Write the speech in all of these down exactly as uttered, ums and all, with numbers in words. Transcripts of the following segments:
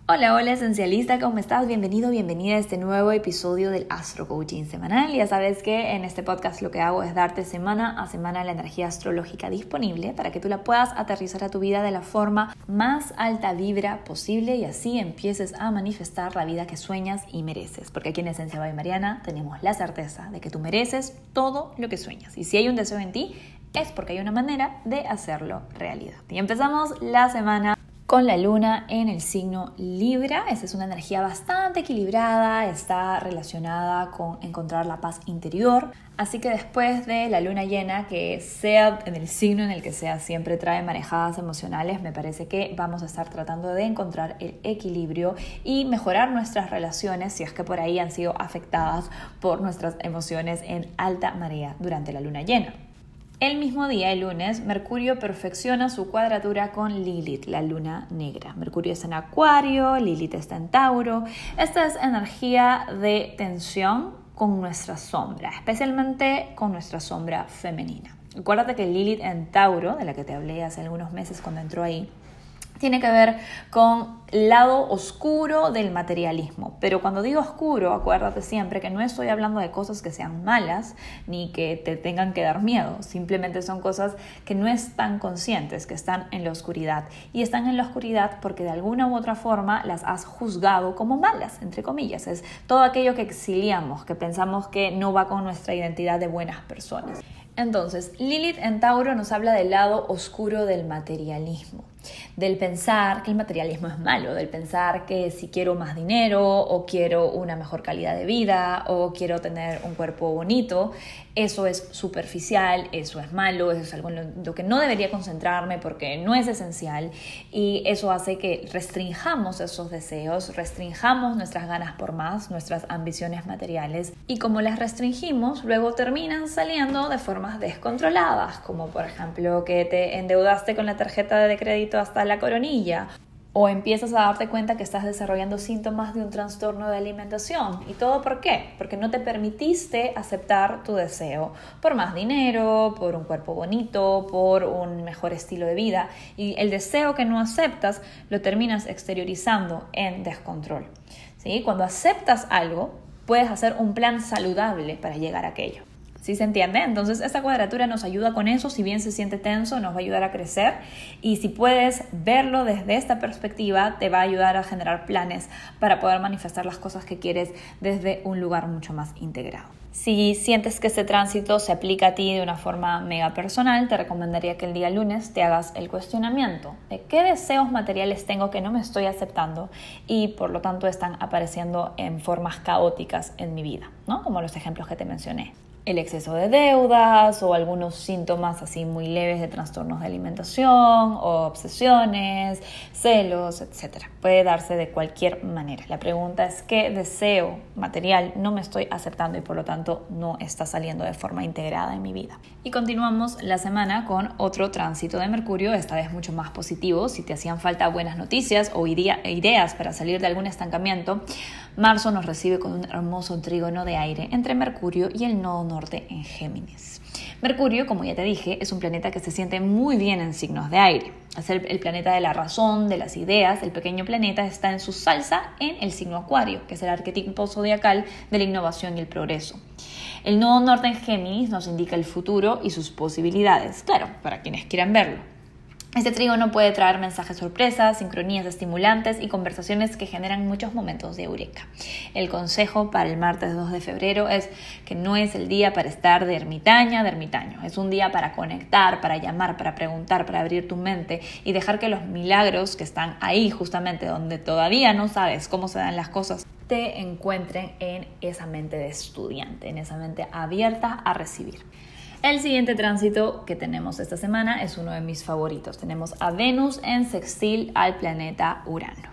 Hola, hola esencialista, ¿cómo estás? Bienvenido, bienvenida a este nuevo episodio del Astro Coaching Semanal. Ya sabes que en este podcast lo que hago es darte semana a semana la energía astrológica disponible para que tú la puedas aterrizar a tu vida de la forma más alta vibra posible y así empieces a manifestar la vida que sueñas y mereces. Porque aquí en Esencia by Mariana tenemos la certeza de que tú mereces todo lo que sueñas. Y si hay un deseo en ti, es porque hay una manera de hacerlo realidad. Y empezamos la semana con la luna en el signo Libra. Esta es una energía bastante equilibrada, está relacionada con encontrar la paz interior. Así que después de la luna llena, que sea en el signo en el que sea, siempre trae marejadas emocionales. Me parece que vamos a estar tratando de encontrar el equilibrio y mejorar nuestras relaciones si es que por ahí han sido afectadas por nuestras emociones en alta marea durante la luna llena. El mismo día, el lunes, Mercurio perfecciona su cuadratura con Lilith, la luna negra. Mercurio está en Acuario, Lilith está en Tauro. Esta es energía de tensión con nuestra sombra, especialmente con nuestra sombra femenina. Acuérdate que Lilith en Tauro, de la que te hablé hace algunos meses cuando entró ahí, tiene que ver con el lado oscuro del materialismo. Pero cuando digo oscuro, acuérdate siempre que no estoy hablando de cosas que sean malas ni que te tengan que dar miedo. Simplemente son cosas que no están conscientes, que están en la oscuridad. Y están en la oscuridad porque de alguna u otra forma las has juzgado como malas, entre comillas. Es todo aquello que exiliamos, que pensamos que no va con nuestra identidad de buenas personas. Entonces, Lilith en Tauro nos habla del lado oscuro del materialismo, del pensar que el materialismo es malo, del pensar que si quiero más dinero o quiero una mejor calidad de vida o quiero tener un cuerpo bonito, eso es superficial, eso es malo, eso es algo en lo que no debería concentrarme porque no es esencial y eso hace que restringamos esos deseos, restringamos nuestras ganas por más, nuestras ambiciones materiales y como las restringimos, luego terminan saliendo de formas descontroladas, como por ejemplo que te endeudaste con la tarjeta de crédito hasta la coronilla o empiezas a darte cuenta que estás desarrollando síntomas de un trastorno de alimentación. ¿Y todo por qué? Porque no te permitiste aceptar tu deseo por más dinero, por un cuerpo bonito, por un mejor estilo de vida. Y el deseo que no aceptas lo terminas exteriorizando en descontrol. ¿Sí? Cuando aceptas algo, puedes hacer un plan saludable para llegar a aquello. ¿Sí se entiende? Entonces esta cuadratura nos ayuda con eso, si bien se siente tenso, nos va a ayudar a crecer y si puedes verlo desde esta perspectiva, te va a ayudar a generar planes para poder manifestar las cosas que quieres desde un lugar mucho más integrado. Si sientes que este tránsito se aplica a ti de una forma mega personal, te recomendaría que el día lunes te hagas el cuestionamiento de qué deseos materiales tengo que no me estoy aceptando y por lo tanto están apareciendo en formas caóticas en mi vida, ¿no? Como los ejemplos que te mencioné. El exceso de deudas o algunos síntomas así muy leves de trastornos de alimentación o obsesiones, celos, etcétera. Puede darse de cualquier manera. La pregunta es qué deseo material no me estoy aceptando y por lo tanto no está saliendo de forma integrada en mi vida. Y continuamos la semana con otro tránsito de Mercurio, esta vez mucho más positivo. Si te hacían falta buenas noticias o ideas para salir de algún estancamiento, marzo nos recibe con un hermoso trígono de aire entre Mercurio y el nodo norte en Géminis. Mercurio, como ya te dije, es un planeta que se siente muy bien en signos de aire. Es el, el planeta de la razón, de las ideas. El pequeño planeta está en su salsa en el signo Acuario, que es el arquetipo zodiacal de la innovación y el progreso. El nodo norte en Géminis nos indica el futuro y sus posibilidades, claro, para quienes quieran verlo. Este trígono puede traer mensajes sorpresas, sincronías estimulantes y conversaciones que generan muchos momentos de eureka. El consejo para el martes dos de febrero es que no es el día para estar de ermitaña, de ermitaño. Es un día para conectar, para llamar, para preguntar, para abrir tu mente y dejar que los milagros que están ahí justamente donde todavía no sabes cómo se dan las cosas te encuentren en esa mente de estudiante, en esa mente abierta a recibir. El siguiente tránsito que tenemos esta semana es uno de mis favoritos. Tenemos a Venus en sextil al planeta Urano.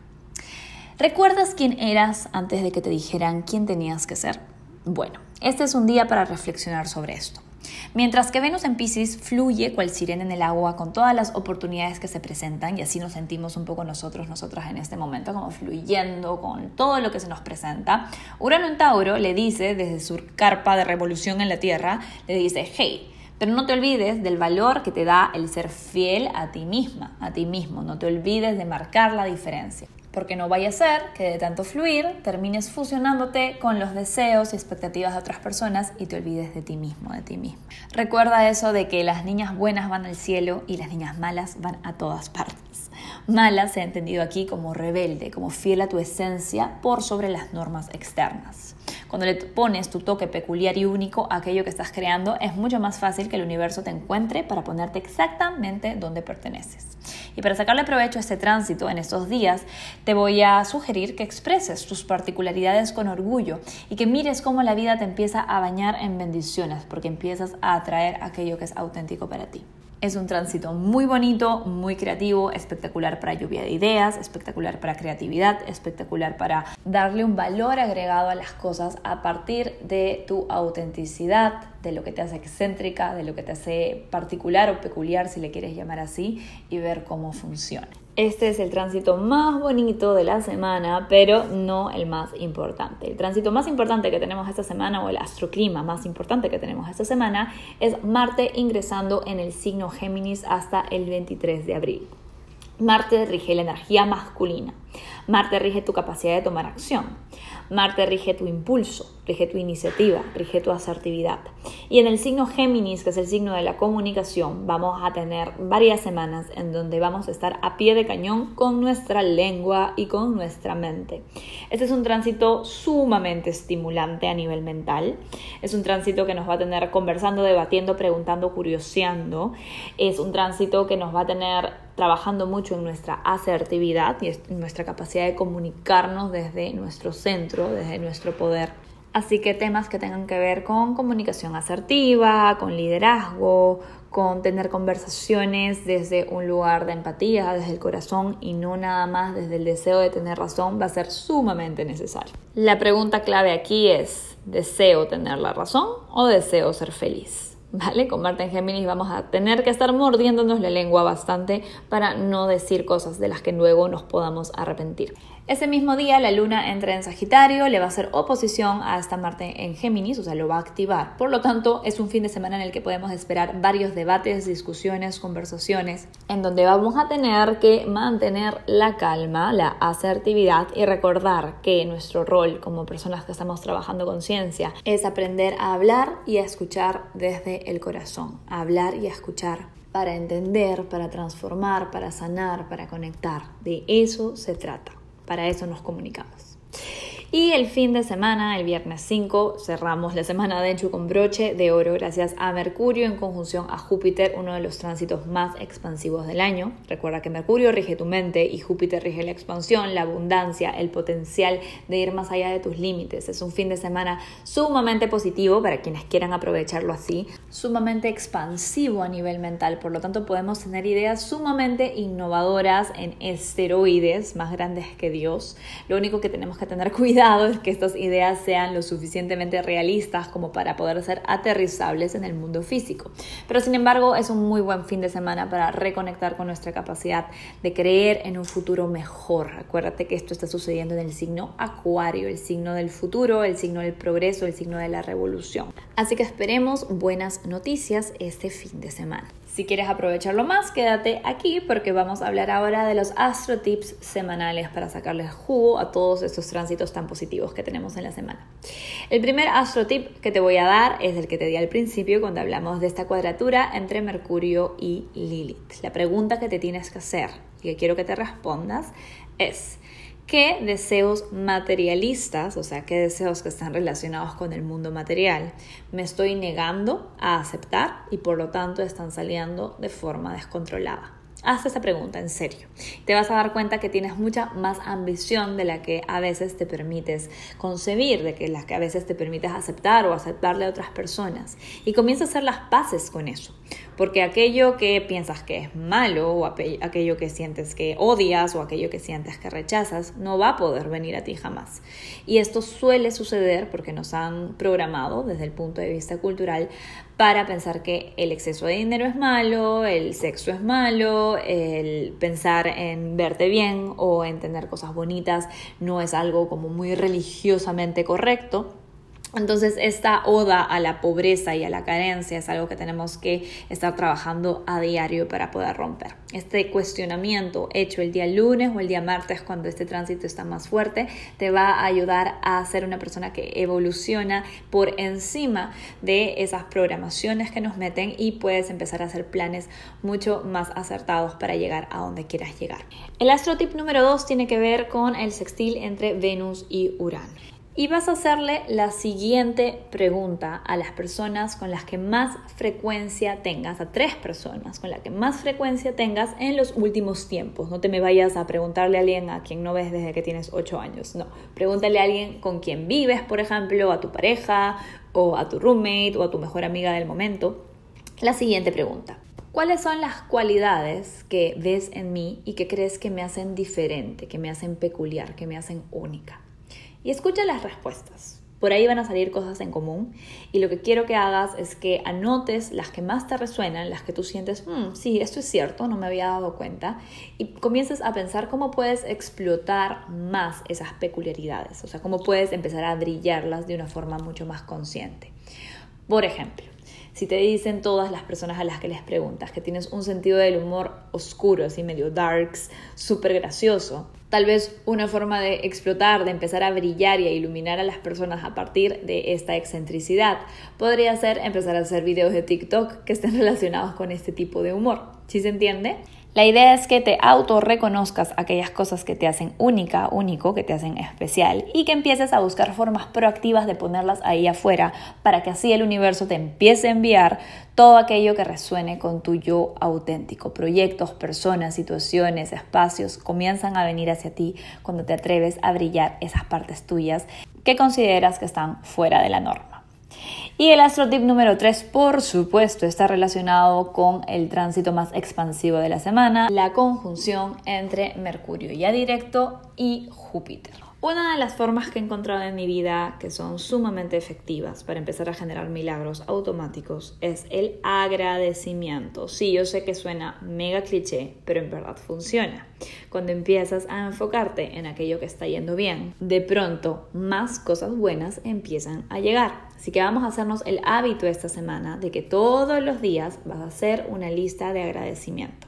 ¿Recuerdas quién eras antes de que te dijeran quién tenías que ser? Bueno, este es un día para reflexionar sobre esto. Mientras que Venus en Piscis fluye cual sirena en el agua con todas las oportunidades que se presentan y así nos sentimos un poco nosotros, nosotras en este momento, como fluyendo con todo lo que se nos presenta, Urano en Tauro le dice desde su carpa de revolución en la Tierra, le dice, hey, pero no te olvides del valor que te da el ser fiel a ti misma, a ti mismo, no te olvides de marcar la diferencia. porque no vaya a ser que de tanto fluir termines fusionándote con los deseos y expectativas de otras personas y te olvides de ti mismo, de ti misma. Recuerda eso de que las niñas buenas van al cielo y las niñas malas van a todas partes. Mala se ha entendido aquí como rebelde, como fiel a tu esencia por sobre las normas externas. Cuando le pones tu toque peculiar y único a aquello que estás creando, es mucho más fácil que el universo te encuentre para ponerte exactamente donde perteneces. Y para sacarle provecho a este tránsito en estos días, te voy a sugerir que expreses tus particularidades con orgullo y que mires cómo la vida te empieza a bañar en bendiciones, porque empiezas a atraer aquello que es auténtico para ti. Es un tránsito muy bonito, muy creativo, espectacular para lluvia de ideas, espectacular para creatividad, espectacular para darle un valor agregado a las cosas a partir de tu autenticidad, de lo que te hace excéntrica, de lo que te hace particular o peculiar, si le quieres llamar así, y ver cómo funciona. Este es el tránsito más bonito de la semana, pero no el más importante. El tránsito más importante que tenemos esta semana, o el astroclima más importante que tenemos esta semana, es Marte ingresando en el signo Géminis hasta el veintitrés de abril. Marte rige la energía masculina. Marte rige tu capacidad de tomar acción. Marte rige tu impulso, rige tu iniciativa, rige tu asertividad. Y en el signo Géminis, que es el signo de la comunicación, vamos a tener varias semanas en donde vamos a estar a pie de cañón con nuestra lengua y con nuestra mente. Este es un tránsito sumamente estimulante a nivel mental. Es un tránsito que nos va a tener conversando, debatiendo, preguntando, curioseando. Es un tránsito que nos va a tener trabajando mucho en nuestra asertividad y en nuestra capacidad de comunicarnos desde nuestro centro, desde nuestro poder. Así que temas que tengan que ver con comunicación asertiva, con liderazgo, con tener conversaciones desde un lugar de empatía, desde el corazón y no nada más desde el deseo de tener razón, va a ser sumamente necesario. La pregunta clave aquí es, ¿deseo tener la razón o deseo ser feliz? ¿Vale? Con Marte en Géminis vamos a tener que estar mordiéndonos la lengua bastante para no decir cosas de las que luego nos podamos arrepentir. Ese mismo día la Luna entra en Sagitario, le va a hacer oposición a esta Marte en Géminis, o sea, lo va a activar. Por lo tanto, es un fin de semana en el que podemos esperar varios debates, discusiones, conversaciones, en donde vamos a tener que mantener la calma, la asertividad y recordar que nuestro rol como personas que estamos trabajando con ciencia es aprender a hablar y a escuchar desde el corazón, a hablar y a escuchar para entender, para transformar, para sanar, para conectar. De eso se trata. Para eso nos comunicamos. Y el fin de semana, el viernes cinco, cerramos la semana de hecho con broche de oro gracias a Mercurio en conjunción a Júpiter, uno de los tránsitos más expansivos del año. Recuerda que Mercurio rige tu mente y Júpiter rige la expansión, la abundancia, el potencial de ir más allá de tus límites. Es un fin de semana sumamente positivo para quienes quieran aprovecharlo así, sumamente expansivo a nivel mental. Por lo tanto, podemos tener ideas sumamente innovadoras en esteroides, más grandes que Dios. Lo único que tenemos que tener cuidado es que estas ideas sean lo suficientemente realistas como para poder ser aterrizables en el mundo físico. Pero sin embargo es un muy buen fin de semana para reconectar con nuestra capacidad de creer en un futuro mejor. Acuérdate que esto está sucediendo en el signo Acuario, el signo del futuro, el signo del progreso, el signo de la revolución. Así que esperemos buenas noticias este fin de semana. Si quieres aprovecharlo más, quédate aquí porque vamos a hablar ahora de los astro tips semanales para sacarles jugo a todos estos tránsitos tan positivos que tenemos en la semana. El primer astro tip que te voy a dar es el que te di al principio cuando hablamos de esta cuadratura entre Mercurio y Lilith. La pregunta que te tienes que hacer y que quiero que te respondas es: ¿qué deseos materialistas, o sea, qué deseos que están relacionados con el mundo material, me estoy negando a aceptar y por lo tanto están saliendo de forma descontrolada? Haz esa pregunta en serio. Te vas a dar cuenta que tienes mucha más ambición de la que a veces te permites concebir, de que la que a veces te permites aceptar o aceptarle a otras personas. Y comienza a hacer las paces con eso. Porque aquello que piensas que es malo o aquello que sientes que odias o aquello que sientes que rechazas no va a poder venir a ti jamás. Y esto suele suceder porque nos han programado desde el punto de vista cultural para pensar que el exceso de dinero es malo, el sexo es malo, el pensar en verte bien o en tener cosas bonitas no es algo como muy religiosamente correcto. Entonces esta oda a la pobreza y a la carencia es algo que tenemos que estar trabajando a diario para poder romper. Este cuestionamiento hecho el día lunes o el día martes, cuando este tránsito está más fuerte, te va a ayudar a ser una persona que evoluciona por encima de esas programaciones que nos meten y puedes empezar a hacer planes mucho más acertados para llegar a donde quieras llegar. El astro tip número dos tiene que ver con el sextil entre Venus y Urano. Y vas a hacerle la siguiente pregunta a las personas con las que más frecuencia tengas, a tres personas con las que más frecuencia tengas en los últimos tiempos. No te me vayas a preguntarle a alguien a quien no ves desde que tienes ocho años. No, pregúntale a alguien con quien vives, por ejemplo, a tu pareja o a tu roommate o a tu mejor amiga del momento. La siguiente pregunta. ¿Cuáles son las cualidades que ves en mí y que crees que me hacen diferente, que me hacen peculiar, que me hacen única? Y escucha las respuestas. Por ahí van a salir cosas en común y lo que quiero que hagas es que anotes las que más te resuenan, las que tú sientes, mmm, sí, esto es cierto, no me había dado cuenta, y comiences a pensar cómo puedes explotar más esas peculiaridades, o sea, cómo puedes empezar a brillarlas de una forma mucho más consciente. Por ejemplo, si te dicen todas las personas a las que les preguntas que tienes un sentido del humor oscuro, así medio darks, súper gracioso, tal vez una forma de explotar, de empezar a brillar y a iluminar a las personas a partir de esta excentricidad podría ser empezar a hacer videos de TikTok que estén relacionados con este tipo de humor. ¿Sí se entiende? La idea es que te autorreconozcas aquellas cosas que te hacen única, único, que te hacen especial y que empieces a buscar formas proactivas de ponerlas ahí afuera para que así el universo te empiece a enviar todo aquello que resuene con tu yo auténtico. Proyectos, personas, situaciones, espacios comienzan a venir hacia ti cuando te atreves a brillar esas partes tuyas que consideras que están fuera de la norma. Y el astro tip número tres, por supuesto, está relacionado con el tránsito más expansivo de la semana, la conjunción entre Mercurio ya directo y Júpiter. Una de las formas que he encontrado en mi vida que son sumamente efectivas para empezar a generar milagros automáticos es el agradecimiento. Sí, yo sé que suena mega cliché, pero en verdad funciona. Cuando empiezas a enfocarte en aquello que está yendo bien, de pronto más cosas buenas empiezan a llegar. Así que vamos a hacernos el hábito esta semana de que todos los días vas a hacer una lista de agradecimiento.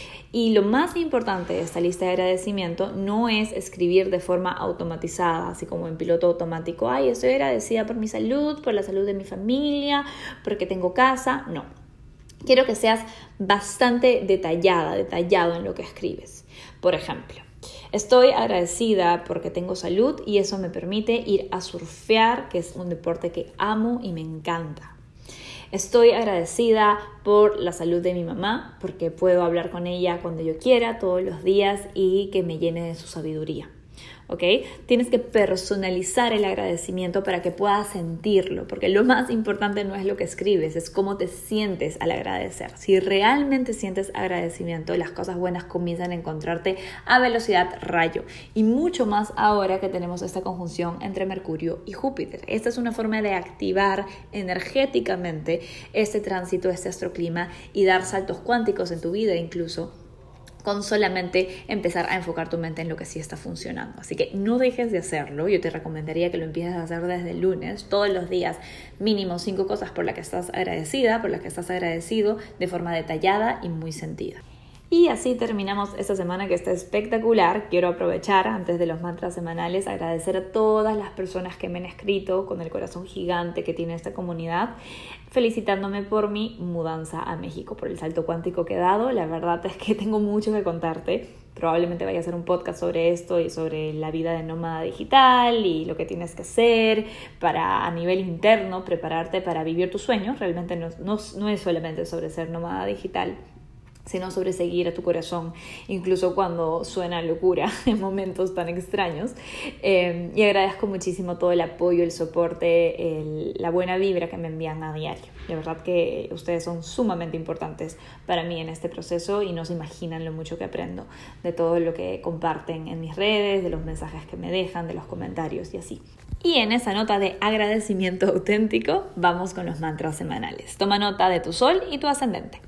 Y lo más importante de esta lista de agradecimiento no es escribir de forma automatizada, así como en piloto automático. Ay, estoy agradecida por mi salud, por la salud de mi familia, porque tengo casa. No. Quiero que seas bastante detallada, detallado en lo que escribes. Por ejemplo, estoy agradecida porque tengo salud y eso me permite ir a surfear, que es un deporte que amo y me encanta. Estoy agradecida por la salud de mi mamá porque puedo hablar con ella cuando yo quiera, todos los días y que me llene de su sabiduría. ¿Ok? Tienes que personalizar el agradecimiento para que puedas sentirlo, porque lo más importante no es lo que escribes, es cómo te sientes al agradecer. Si realmente sientes agradecimiento, las cosas buenas comienzan a encontrarte a velocidad rayo, y mucho más ahora que tenemos esta conjunción entre Mercurio y Júpiter. Esta es una forma de activar energéticamente este tránsito, este astroclima y dar saltos cuánticos en tu vida incluso, con solamente empezar a enfocar tu mente en lo que sí está funcionando. Así que no dejes de hacerlo. Yo te recomendaría que lo empieces a hacer desde el lunes, todos los días, mínimo cinco cosas por las que estás agradecida, por las que estás agradecido, de forma detallada y muy sentida. Y así terminamos esta semana que está espectacular. Quiero aprovechar, antes de los mantras semanales, agradecer a todas las personas que me han escrito con el corazón gigante que tiene esta comunidad, felicitándome por mi mudanza a México, por el salto cuántico que he dado. La verdad es que tengo mucho que contarte. Probablemente vaya a hacer un podcast sobre esto y sobre la vida de nómada digital y lo que tienes que hacer para, a nivel interno, prepararte para vivir tus sueños. Realmente no, no, no es solamente sobre ser nómada digital, sino sobre seguir a tu corazón, incluso cuando suena locura en momentos tan extraños. Eh, y agradezco muchísimo todo el apoyo, el soporte, el, la buena vibra que me envían a diario. La verdad que ustedes son sumamente importantes para mí en este proceso y no se imaginan lo mucho que aprendo de todo lo que comparten en mis redes, de los mensajes que me dejan, de los comentarios y así. Y en esa nota de agradecimiento auténtico, vamos con los mantras semanales. Toma nota de tu sol y tu ascendente.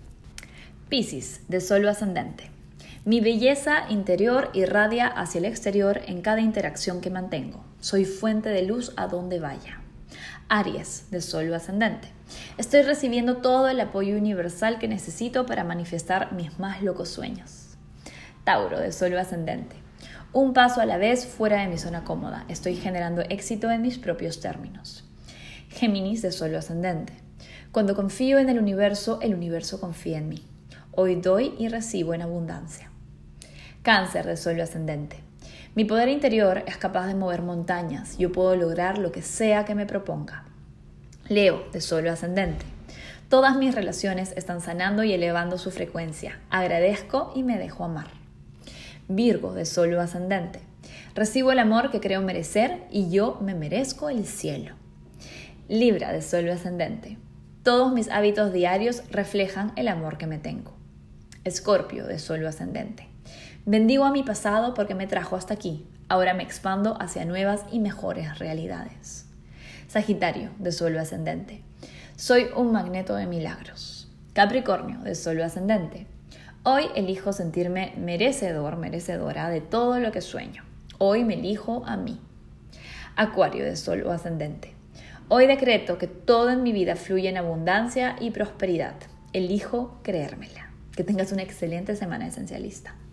Piscis, de Sol o ascendente. Mi belleza interior irradia hacia el exterior en cada interacción que mantengo. Soy fuente de luz a donde vaya. Aries, de Sol o Ascendente. Estoy recibiendo todo el apoyo universal que necesito para manifestar mis más locos sueños. Tauro, de Sol o Ascendente. Un paso a la vez fuera de mi zona cómoda. Estoy generando éxito en mis propios términos. Géminis, de Sol o Ascendente. Cuando confío en el universo, el universo confía en mí. Hoy doy y recibo en abundancia. Cáncer, de Sol o Ascendente. Mi poder interior es capaz de mover montañas. Yo puedo lograr lo que sea que me proponga. Leo, de Sol o Ascendente. Todas mis relaciones están sanando y elevando su frecuencia. Agradezco y me dejo amar. Virgo, de Sol o Ascendente. Recibo el amor que creo merecer y yo me merezco el cielo. Libra, de Sol o Ascendente. Todos mis hábitos diarios reflejan el amor que me tengo. Escorpio, de Sol o Ascendente. Bendigo a mi pasado porque me trajo hasta aquí. Ahora me expando hacia nuevas y mejores realidades. Sagitario, de Sol o Ascendente. Soy un magneto de milagros. Capricornio, de Sol o Ascendente. Hoy elijo sentirme merecedor, merecedora de todo lo que sueño. Hoy me elijo a mí. Acuario, de Sol o Ascendente. Hoy decreto que todo en mi vida fluye en abundancia y prosperidad. Elijo creérmela. Que tengas una excelente semana esencialista.